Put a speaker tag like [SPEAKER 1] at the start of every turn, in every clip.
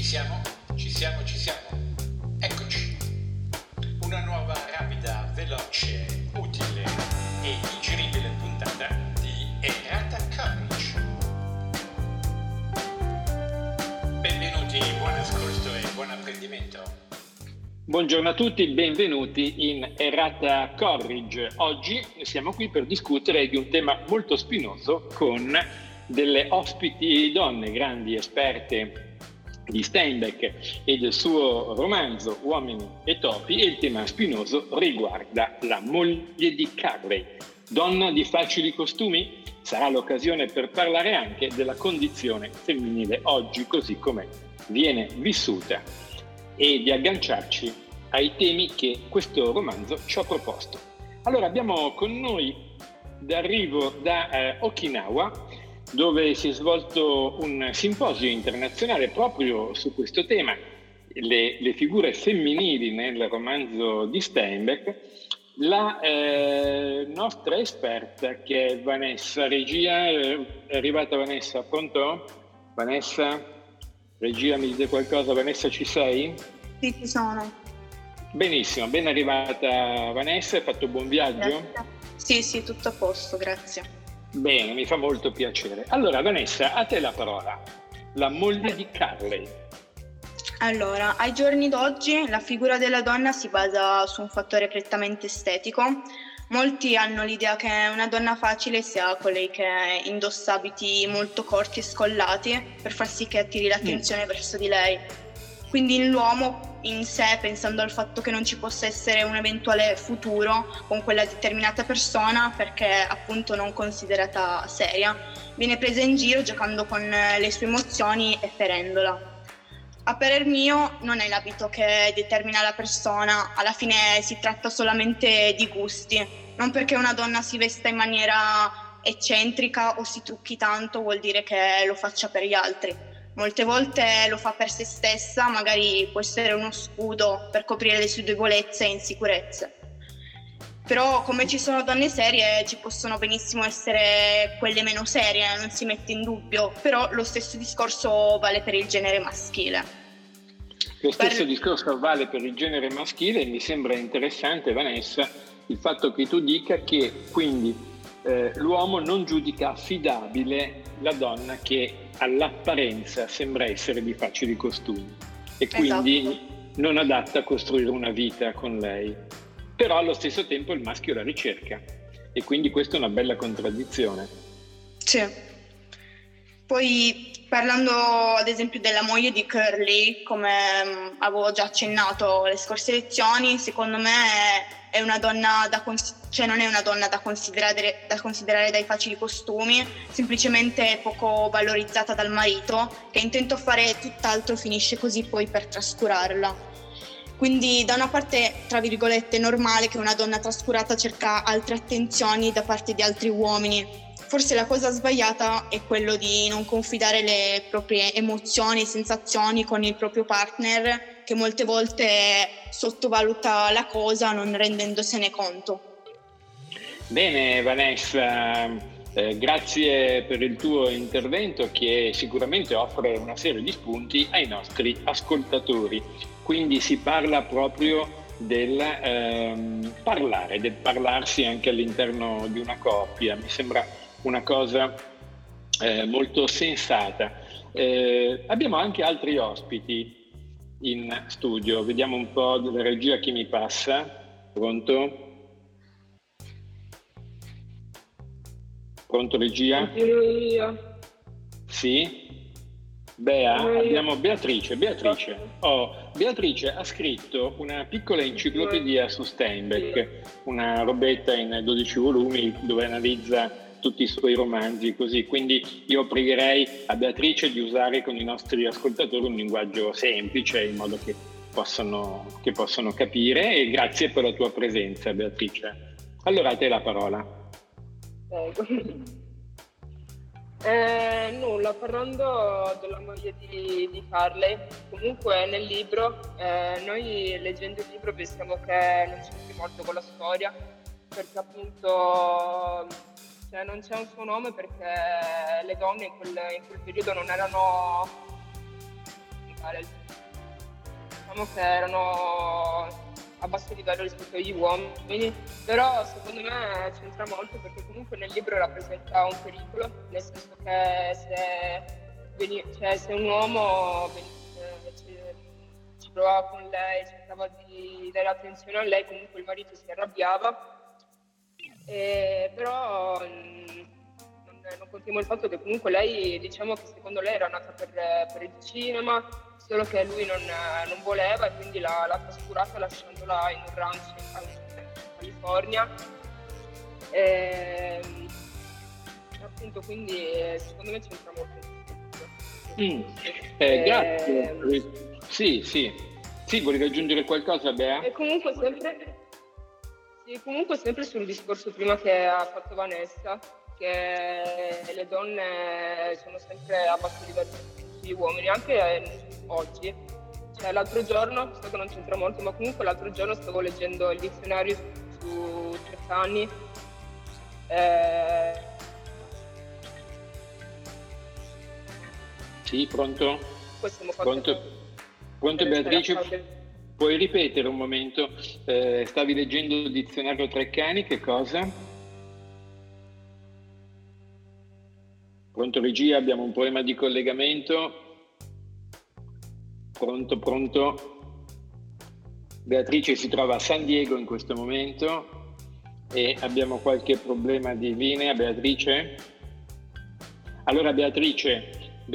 [SPEAKER 1] siamo? Ci siamo, ci siamo. Eccoci. Una nuova, rapida, veloce, utile e digeribile puntata di Errata Courage. Benvenuti, buon ascolto e buon apprendimento.
[SPEAKER 2] Buongiorno a tutti, benvenuti in Errata Courage. Oggi siamo qui per discutere di un tema molto spinoso con delle ospiti donne, grandi esperte di Steinbeck e del suo romanzo Uomini e Topi, e il tema spinoso riguarda la moglie di Carley. Donna di facili costumi? Sarà l'occasione per parlare anche della condizione femminile oggi, così come viene vissuta, e di agganciarci ai temi che questo romanzo ci ha proposto. Allora, abbiamo con noi d'arrivo da Okinawa, dove si è svolto un simposio internazionale proprio su questo tema, le figure femminili nel romanzo di Steinbeck, la nostra esperta, che è Vanessa. Regia, è arrivata Vanessa? Pronto? Vanessa? Regia, mi dite qualcosa? Vanessa, ci sei?
[SPEAKER 3] Sì, ci sono.
[SPEAKER 2] Benissimo, ben arrivata Vanessa, hai fatto buon viaggio?
[SPEAKER 3] Grazie. Sì, tutto a posto, grazie.
[SPEAKER 2] Bene, mi fa molto piacere. Allora Vanessa, a te la parola. La moglie di Carley.
[SPEAKER 3] Allora, ai giorni d'oggi la figura della donna si basa su un fattore prettamente estetico. Molti hanno l'idea che una donna facile sia colei che indossa abiti molto corti e scollati per far sì che attiri l'attenzione verso di lei. Quindi l'uomo in sé, pensando al fatto che non ci possa essere un eventuale futuro con quella determinata persona perché appunto non considerata seria, viene presa in giro giocando con le sue emozioni e ferendola. A parer mio non è l'abito che determina la persona, alla fine si tratta solamente di gusti. Non perché una donna si vesta in maniera eccentrica o si trucchi tanto vuol dire che lo faccia per gli altri. Molte volte lo fa per se stessa, magari può essere uno scudo per coprire le sue debolezze e insicurezze. Però come ci sono donne serie, ci possono benissimo essere quelle meno serie, non si mette in dubbio, però lo stesso discorso vale per il genere maschile.
[SPEAKER 2] Lo stesso discorso vale per il genere maschile, e mi sembra interessante, Vanessa, il fatto che tu dica che quindi l'uomo non giudica affidabile la donna che all'apparenza sembra essere di facili costumi e quindi non adatta a costruire una vita con lei. Però allo stesso tempo il maschio la ricerca e quindi questa è una bella contraddizione.
[SPEAKER 3] Sì. Poi parlando ad esempio della moglie di Carley, come avevo già accennato alle scorse lezioni, secondo me è una donna non è una donna da considerare dai facili costumi, semplicemente poco valorizzata dal marito, che intento a fare tutt'altro finisce così poi per trascurarla. Quindi da una parte, tra virgolette, è normale che una donna trascurata cerca altre attenzioni da parte di altri uomini. Forse la cosa sbagliata è quello di non confidare le proprie emozioni e sensazioni con il proprio partner, che molte volte sottovaluta la cosa non rendendosene conto.
[SPEAKER 2] Bene Vanessa, grazie per il tuo intervento che sicuramente offre una serie di spunti ai nostri ascoltatori. Quindi si parla proprio del parlare, del parlarsi anche all'interno di una coppia. Mi sembra una cosa molto sensata. Abbiamo anche altri ospiti in studio. Vediamo un po' della regia chi mi passa. Pronto? Pronto regia?
[SPEAKER 4] Io.
[SPEAKER 2] Sì? Bea? Abbiamo Beatrice. Beatrice ha scritto una piccola enciclopedia su Steinbeck, una robetta in 12 volumi dove analizza tutti i suoi romanzi, così. Quindi io pregherei a Beatrice di usare con i nostri ascoltatori un linguaggio semplice in modo che possano capire, e grazie per la tua presenza, Beatrice. Allora a te la parola.
[SPEAKER 4] Nulla, parlando della moglie di Carley, comunque nel libro, noi leggendo il libro pensiamo che non c'entri molto con la storia, perché appunto non c'è un suo nome, perché le donne in quel periodo non erano diciamo che erano a basso livello rispetto agli uomini, però secondo me c'entra molto perché comunque nel libro rappresenta un pericolo, nel senso che se un uomo ci provava con lei, cercava di dare attenzione a lei, comunque il marito si arrabbiava, però non contiamo il fatto che comunque lei, diciamo che secondo lei era nata per il cinema, solo che lui non voleva e quindi l'ha trascurata lasciandola in un ranch in California. Appunto, quindi secondo me c'entra molto.
[SPEAKER 2] Grazie. Sì, volevi aggiungere qualcosa, Bea?
[SPEAKER 4] E comunque sempre sul discorso prima che ha fatto Vanessa, che le donne sono sempre a basso livello degli uomini, anche oggi. Cioè, l'altro giorno, so che non c'entra molto, ma comunque l'altro giorno stavo leggendo il dizionario su Treccani.
[SPEAKER 2] Sì, pronto? Pronto Beatrice? Puoi ripetere un momento? Stavi leggendo il dizionario Treccani, che cosa? Pronto regia, abbiamo un problema di collegamento. Pronto. Beatrice si trova a San Diego in questo momento e abbiamo qualche problema di linea. Beatrice? Allora Beatrice,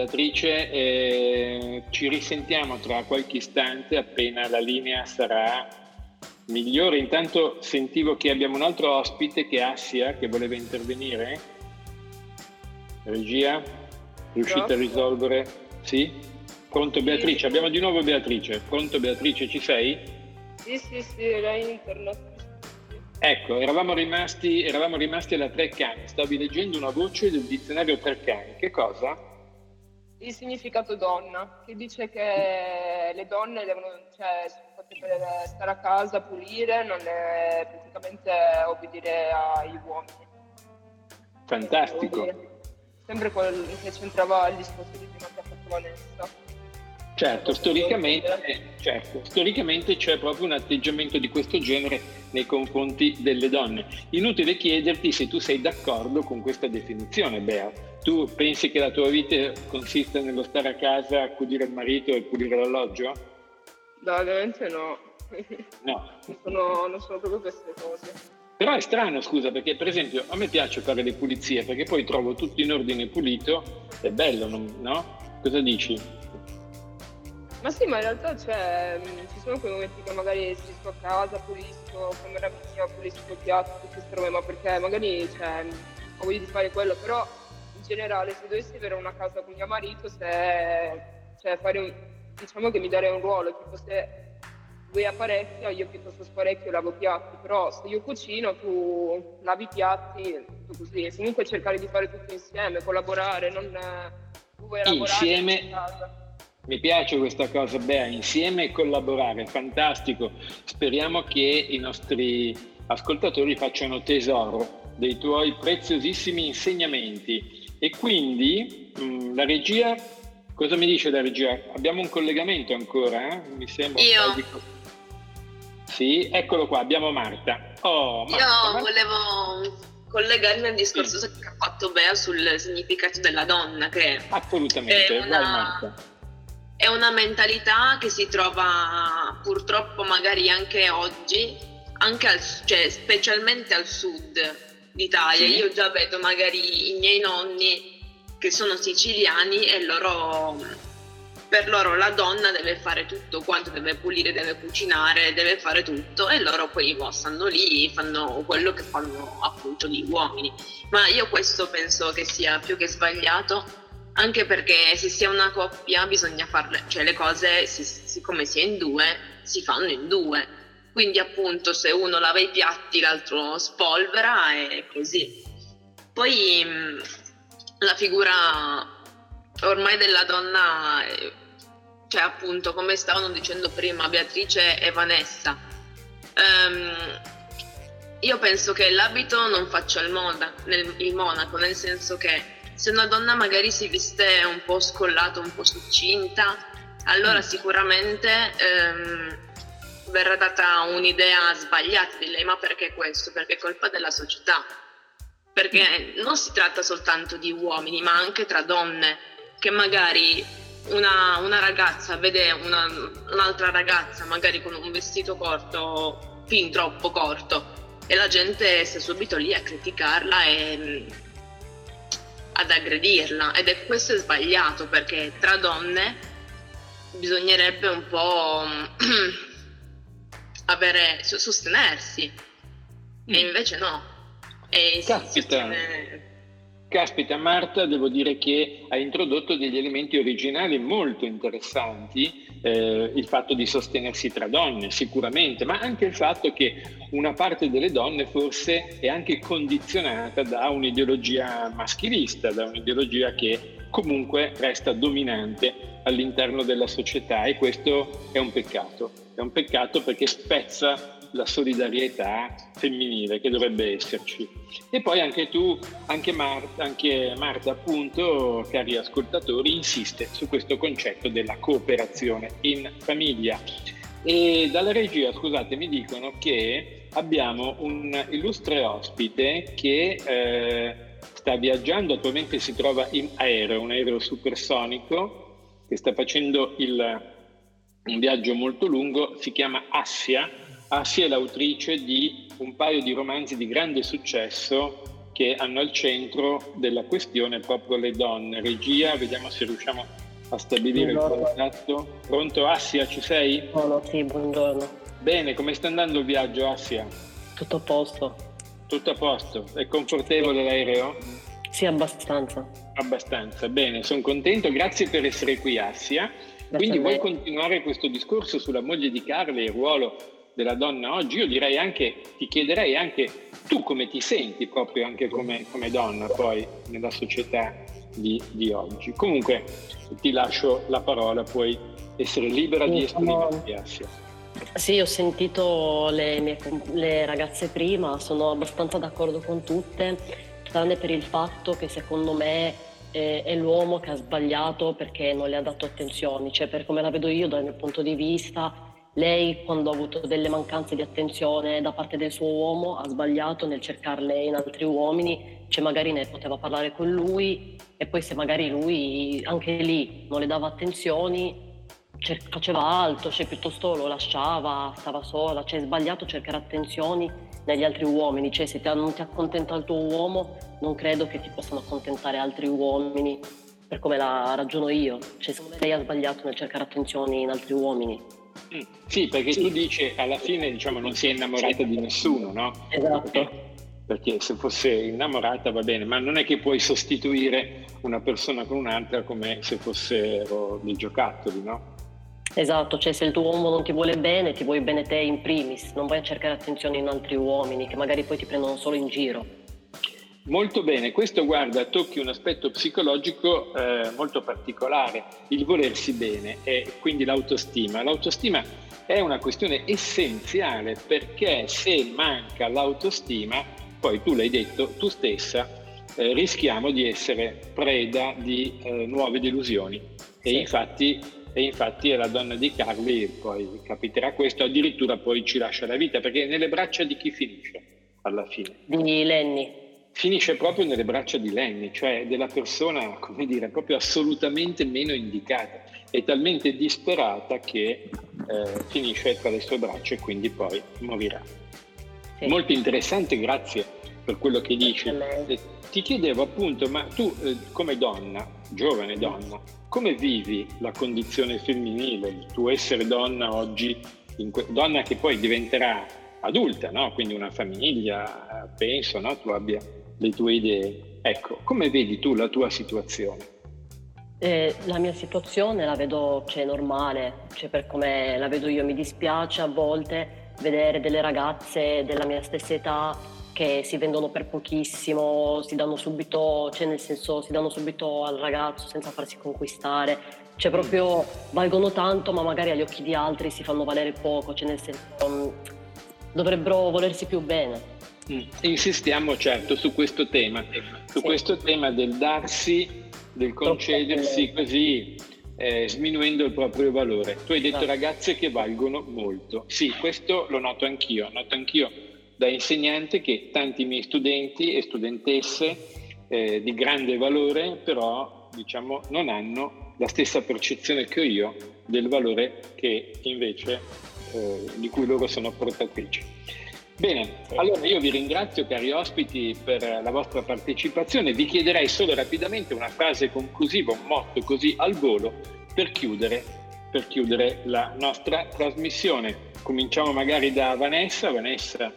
[SPEAKER 2] ci risentiamo tra qualche istante appena la linea sarà migliore. Intanto sentivo che abbiamo un altro ospite, che è Assia, che voleva intervenire. Regia, riuscite a risolvere? Sì? Pronto Beatrice? Abbiamo di nuovo Beatrice. Pronto Beatrice, ci sei?
[SPEAKER 4] Sì, era internet.
[SPEAKER 2] Ecco, eravamo rimasti alla Treccani. Stavi leggendo una voce del dizionario Treccani. Che cosa?
[SPEAKER 4] Il significato donna, che dice che le donne sono fatte per stare a casa, pulire, non praticamente obbedire agli uomini.
[SPEAKER 2] Fantastico.
[SPEAKER 4] Sempre quello che c'entrava il discorso di prima che ha fatto Vanessa.
[SPEAKER 2] Certo, storicamente c'è proprio un atteggiamento di questo genere nei confronti delle donne. Inutile chiederti se tu sei d'accordo con questa definizione, Bea. Tu pensi che la tua vita consiste nello stare a casa, accudire il marito e pulire l'alloggio?
[SPEAKER 4] No, ovviamente no.
[SPEAKER 2] No.
[SPEAKER 4] Non sono proprio queste cose.
[SPEAKER 2] Però è strano, scusa, perché per esempio a me piace fare le pulizie, perché poi trovo tutto in ordine pulito, è bello, no? Cosa dici?
[SPEAKER 4] Ma sì, ma in realtà ci sono quei momenti che magari sto a casa, pulisco, camera mia, pulisco il piatto, tutte queste robe, ma perché magari ho voglia di fare quello, però in generale se dovessi avere una casa con mio marito, diciamo che mi darei un ruolo, tipo se lui apparecchia, io piuttosto sparecchio, lavo piatti, però se io cucino, tu lavi i piatti, tutto così, e comunque cercare di fare tutto insieme, collaborare, non tu vuoi lavorare in casa.
[SPEAKER 2] Mi piace questa cosa, Bea, insieme e collaborare, fantastico. Speriamo che i nostri ascoltatori facciano tesoro dei tuoi preziosissimi insegnamenti. E quindi la regia, cosa mi dice la regia? Abbiamo un collegamento ancora? Mi sembra. Sì, eccolo qua, abbiamo Marta.
[SPEAKER 5] Io volevo collegarmi al discorso che ha fatto Bea sul significato della donna, che
[SPEAKER 2] assolutamente, vai Marta.
[SPEAKER 5] È una mentalità che si trova purtroppo magari anche oggi, specialmente al sud d'Italia. Sì. Io già vedo magari i miei nonni che sono siciliani e per loro la donna deve fare tutto quanto, deve pulire, deve cucinare, deve fare tutto, e loro poi stanno lì, fanno quello che fanno appunto gli uomini. Ma io questo penso che sia più che sbagliato, anche perché se si è una coppia bisogna farle, cioè le cose siccome si è in due, si fanno in due. Quindi appunto se uno lava i piatti l'altro spolvera e così. Poi la figura ormai della donna, cioè appunto come stavano dicendo prima Beatrice e Vanessa, io penso che l'abito non faccia il monaco, nel senso che se una donna magari si veste un po' scollata, un po' succinta, allora sicuramente verrà data un'idea sbagliata di lei. Ma perché questo? Perché è colpa della società. Perché non si tratta soltanto di uomini, ma anche tra donne, che magari una ragazza vede un'altra ragazza magari con un vestito corto, fin troppo corto, e la gente sta subito lì a criticarla e ad aggredirla, ed questo è sbagliato, perché tra donne bisognerebbe un po' sostenersi, e invece no. E
[SPEAKER 2] Caspita Marta, devo dire che hai introdotto degli elementi originali molto interessanti, il fatto di sostenersi tra donne sicuramente, ma anche il fatto che una parte delle donne forse è anche condizionata da un'ideologia maschilista, da un'ideologia che comunque resta dominante all'interno della società, e questo è un peccato perché spezza la solidarietà femminile che dovrebbe esserci. E poi anche Marta appunto, cari ascoltatori, insiste su questo concetto della cooperazione in famiglia. E dalla regia, scusate, mi dicono che abbiamo un illustre ospite che sta viaggiando, attualmente si trova in aereo, un aereo supersonico che sta facendo un viaggio molto lungo. Si chiama Assia è l'autrice di un paio di romanzi di grande successo che hanno al centro della questione proprio le donne. Regia, vediamo se riusciamo a stabilire il contatto. Pronto Assia, ci sei?
[SPEAKER 6] Sì, buongiorno.
[SPEAKER 2] Bene, come sta andando il viaggio, Assia?
[SPEAKER 6] Tutto a posto.
[SPEAKER 2] Tutto a posto? È confortevole l'aereo?
[SPEAKER 6] Sì, abbastanza.
[SPEAKER 2] Abbastanza, bene, sono contento. Grazie per essere qui, Assia. Quindi vuoi continuare questo discorso sulla moglie di Carli e il ruolo della donna oggi? Io direi anche, ti chiederei anche tu come ti senti proprio anche come donna poi nella società di oggi. Comunque ti lascio la parola, puoi essere libera di esprimerti, Assia.
[SPEAKER 6] Sì, ho sentito le ragazze prima, sono abbastanza d'accordo con tutte, tranne per il fatto che secondo me è l'uomo che ha sbagliato perché non le ha dato attenzioni. Cioè, per come la vedo io dal mio punto di vista, lei, quando ha avuto delle mancanze di attenzione da parte del suo uomo, ha sbagliato nel cercarle in altri uomini. Cioè, magari ne poteva parlare con lui, e poi se magari lui anche lì non le dava attenzioni, faceva altro, cioè piuttosto lo lasciava, stava sola. Cioè, è sbagliato cercare attenzioni negli altri uomini. Cioè, se non ti accontenta il tuo uomo, non credo che ti possano accontentare altri uomini, per come la ragiono io. Cioè, secondo me lei ha sbagliato nel cercare attenzioni in altri uomini.
[SPEAKER 2] Sì, perché tu dici alla fine, diciamo, non si è innamorata di nessuno, no?
[SPEAKER 6] Esatto.
[SPEAKER 2] Perché se fosse innamorata va bene, ma non è che puoi sostituire una persona con un'altra come se fossero dei giocattoli, no?
[SPEAKER 6] Esatto, cioè se il tuo uomo non ti vuole bene, ti vuoi bene te in primis, non vai a cercare attenzione in altri uomini che magari poi ti prendono solo in giro.
[SPEAKER 2] Molto bene, questo guarda, tocchi un aspetto psicologico molto particolare, il volersi bene e quindi l'autostima. L'autostima è una questione essenziale, perché se manca l'autostima, poi tu l'hai detto tu stessa, rischiamo di essere preda di nuove delusioni. Sì. E infatti alla donna di Carli poi capiterà questo, addirittura poi ci lascia la vita, perché nelle braccia di chi finisce alla fine?
[SPEAKER 6] Di Lenny.
[SPEAKER 2] Finisce proprio nelle braccia di Lenny, cioè della persona, come dire, proprio assolutamente meno indicata. È talmente disperata che finisce tra le sue braccia e quindi poi morirà. Sì. Molto interessante, grazie per quello che dici. Ti chiedevo appunto, ma tu come donna, giovane donna, come vivi la condizione femminile, il tuo essere donna oggi, donna che poi diventerà adulta, no? Quindi una famiglia, penso, no? Tu abbia le tue idee. Ecco, come vedi tu la tua situazione?
[SPEAKER 6] La mia situazione la vedo, normale, per come la vedo io. Mi dispiace a volte vedere delle ragazze della mia stessa età che si vendono per pochissimo, si danno subito, si danno subito al ragazzo senza farsi conquistare. Proprio valgono tanto, ma magari agli occhi di altri si fanno valere poco, dovrebbero volersi più bene.
[SPEAKER 2] Insistiamo certo su questo tema, questo tema del darsi, del concedersi così sminuendo il proprio valore. Tu hai detto
[SPEAKER 6] Esatto.
[SPEAKER 2] ragazze che valgono molto. Sì, questo lo noto anch'io da insegnante che tanti miei studenti e studentesse di grande valore, però diciamo non hanno la stessa percezione che ho io del valore che invece di cui loro sono portatrici. Bene, allora io vi ringrazio cari ospiti per la vostra partecipazione. Vi chiederei solo rapidamente una frase conclusiva, un motto così al volo per chiudere la nostra trasmissione. Cominciamo magari da Vanessa. Vanessa,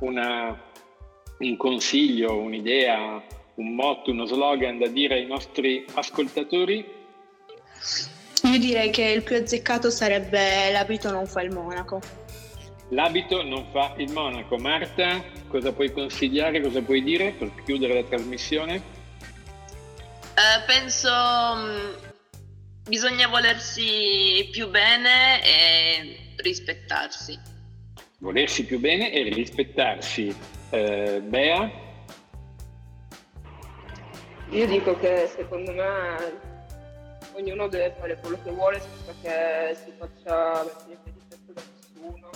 [SPEAKER 2] un consiglio, un'idea, un motto, uno slogan da dire ai nostri ascoltatori?
[SPEAKER 3] Io direi che il più azzeccato sarebbe l'abito non fa il monaco.
[SPEAKER 2] L'abito non fa il monaco. Marta, cosa puoi consigliare, cosa puoi dire per chiudere la trasmissione?
[SPEAKER 5] Penso bisogna volersi più bene e rispettarsi.
[SPEAKER 2] Volersi più bene e rispettarsi. Bea?
[SPEAKER 4] Io dico che secondo me ognuno deve fare quello che vuole senza che si faccia mettere in testa da nessuno.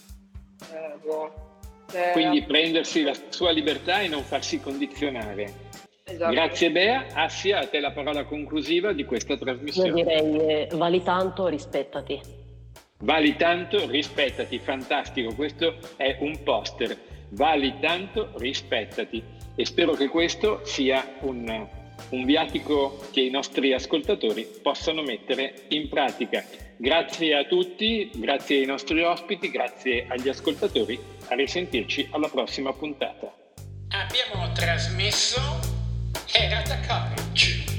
[SPEAKER 2] Quindi prendersi la sua libertà e non farsi condizionare.
[SPEAKER 4] Esatto.
[SPEAKER 2] Grazie Bea. Assia, a te la parola conclusiva di questa trasmissione.
[SPEAKER 6] Io direi vali tanto, rispettati.
[SPEAKER 2] Vali tanto, rispettati. Fantastico, questo è un poster. Vali tanto, rispettati. E spero che questo sia un viatico che i nostri ascoltatori possano mettere in pratica. Grazie a tutti, grazie ai nostri ospiti, grazie agli ascoltatori. A risentirci alla prossima puntata.
[SPEAKER 1] Abbiamo trasmesso Errata Courage.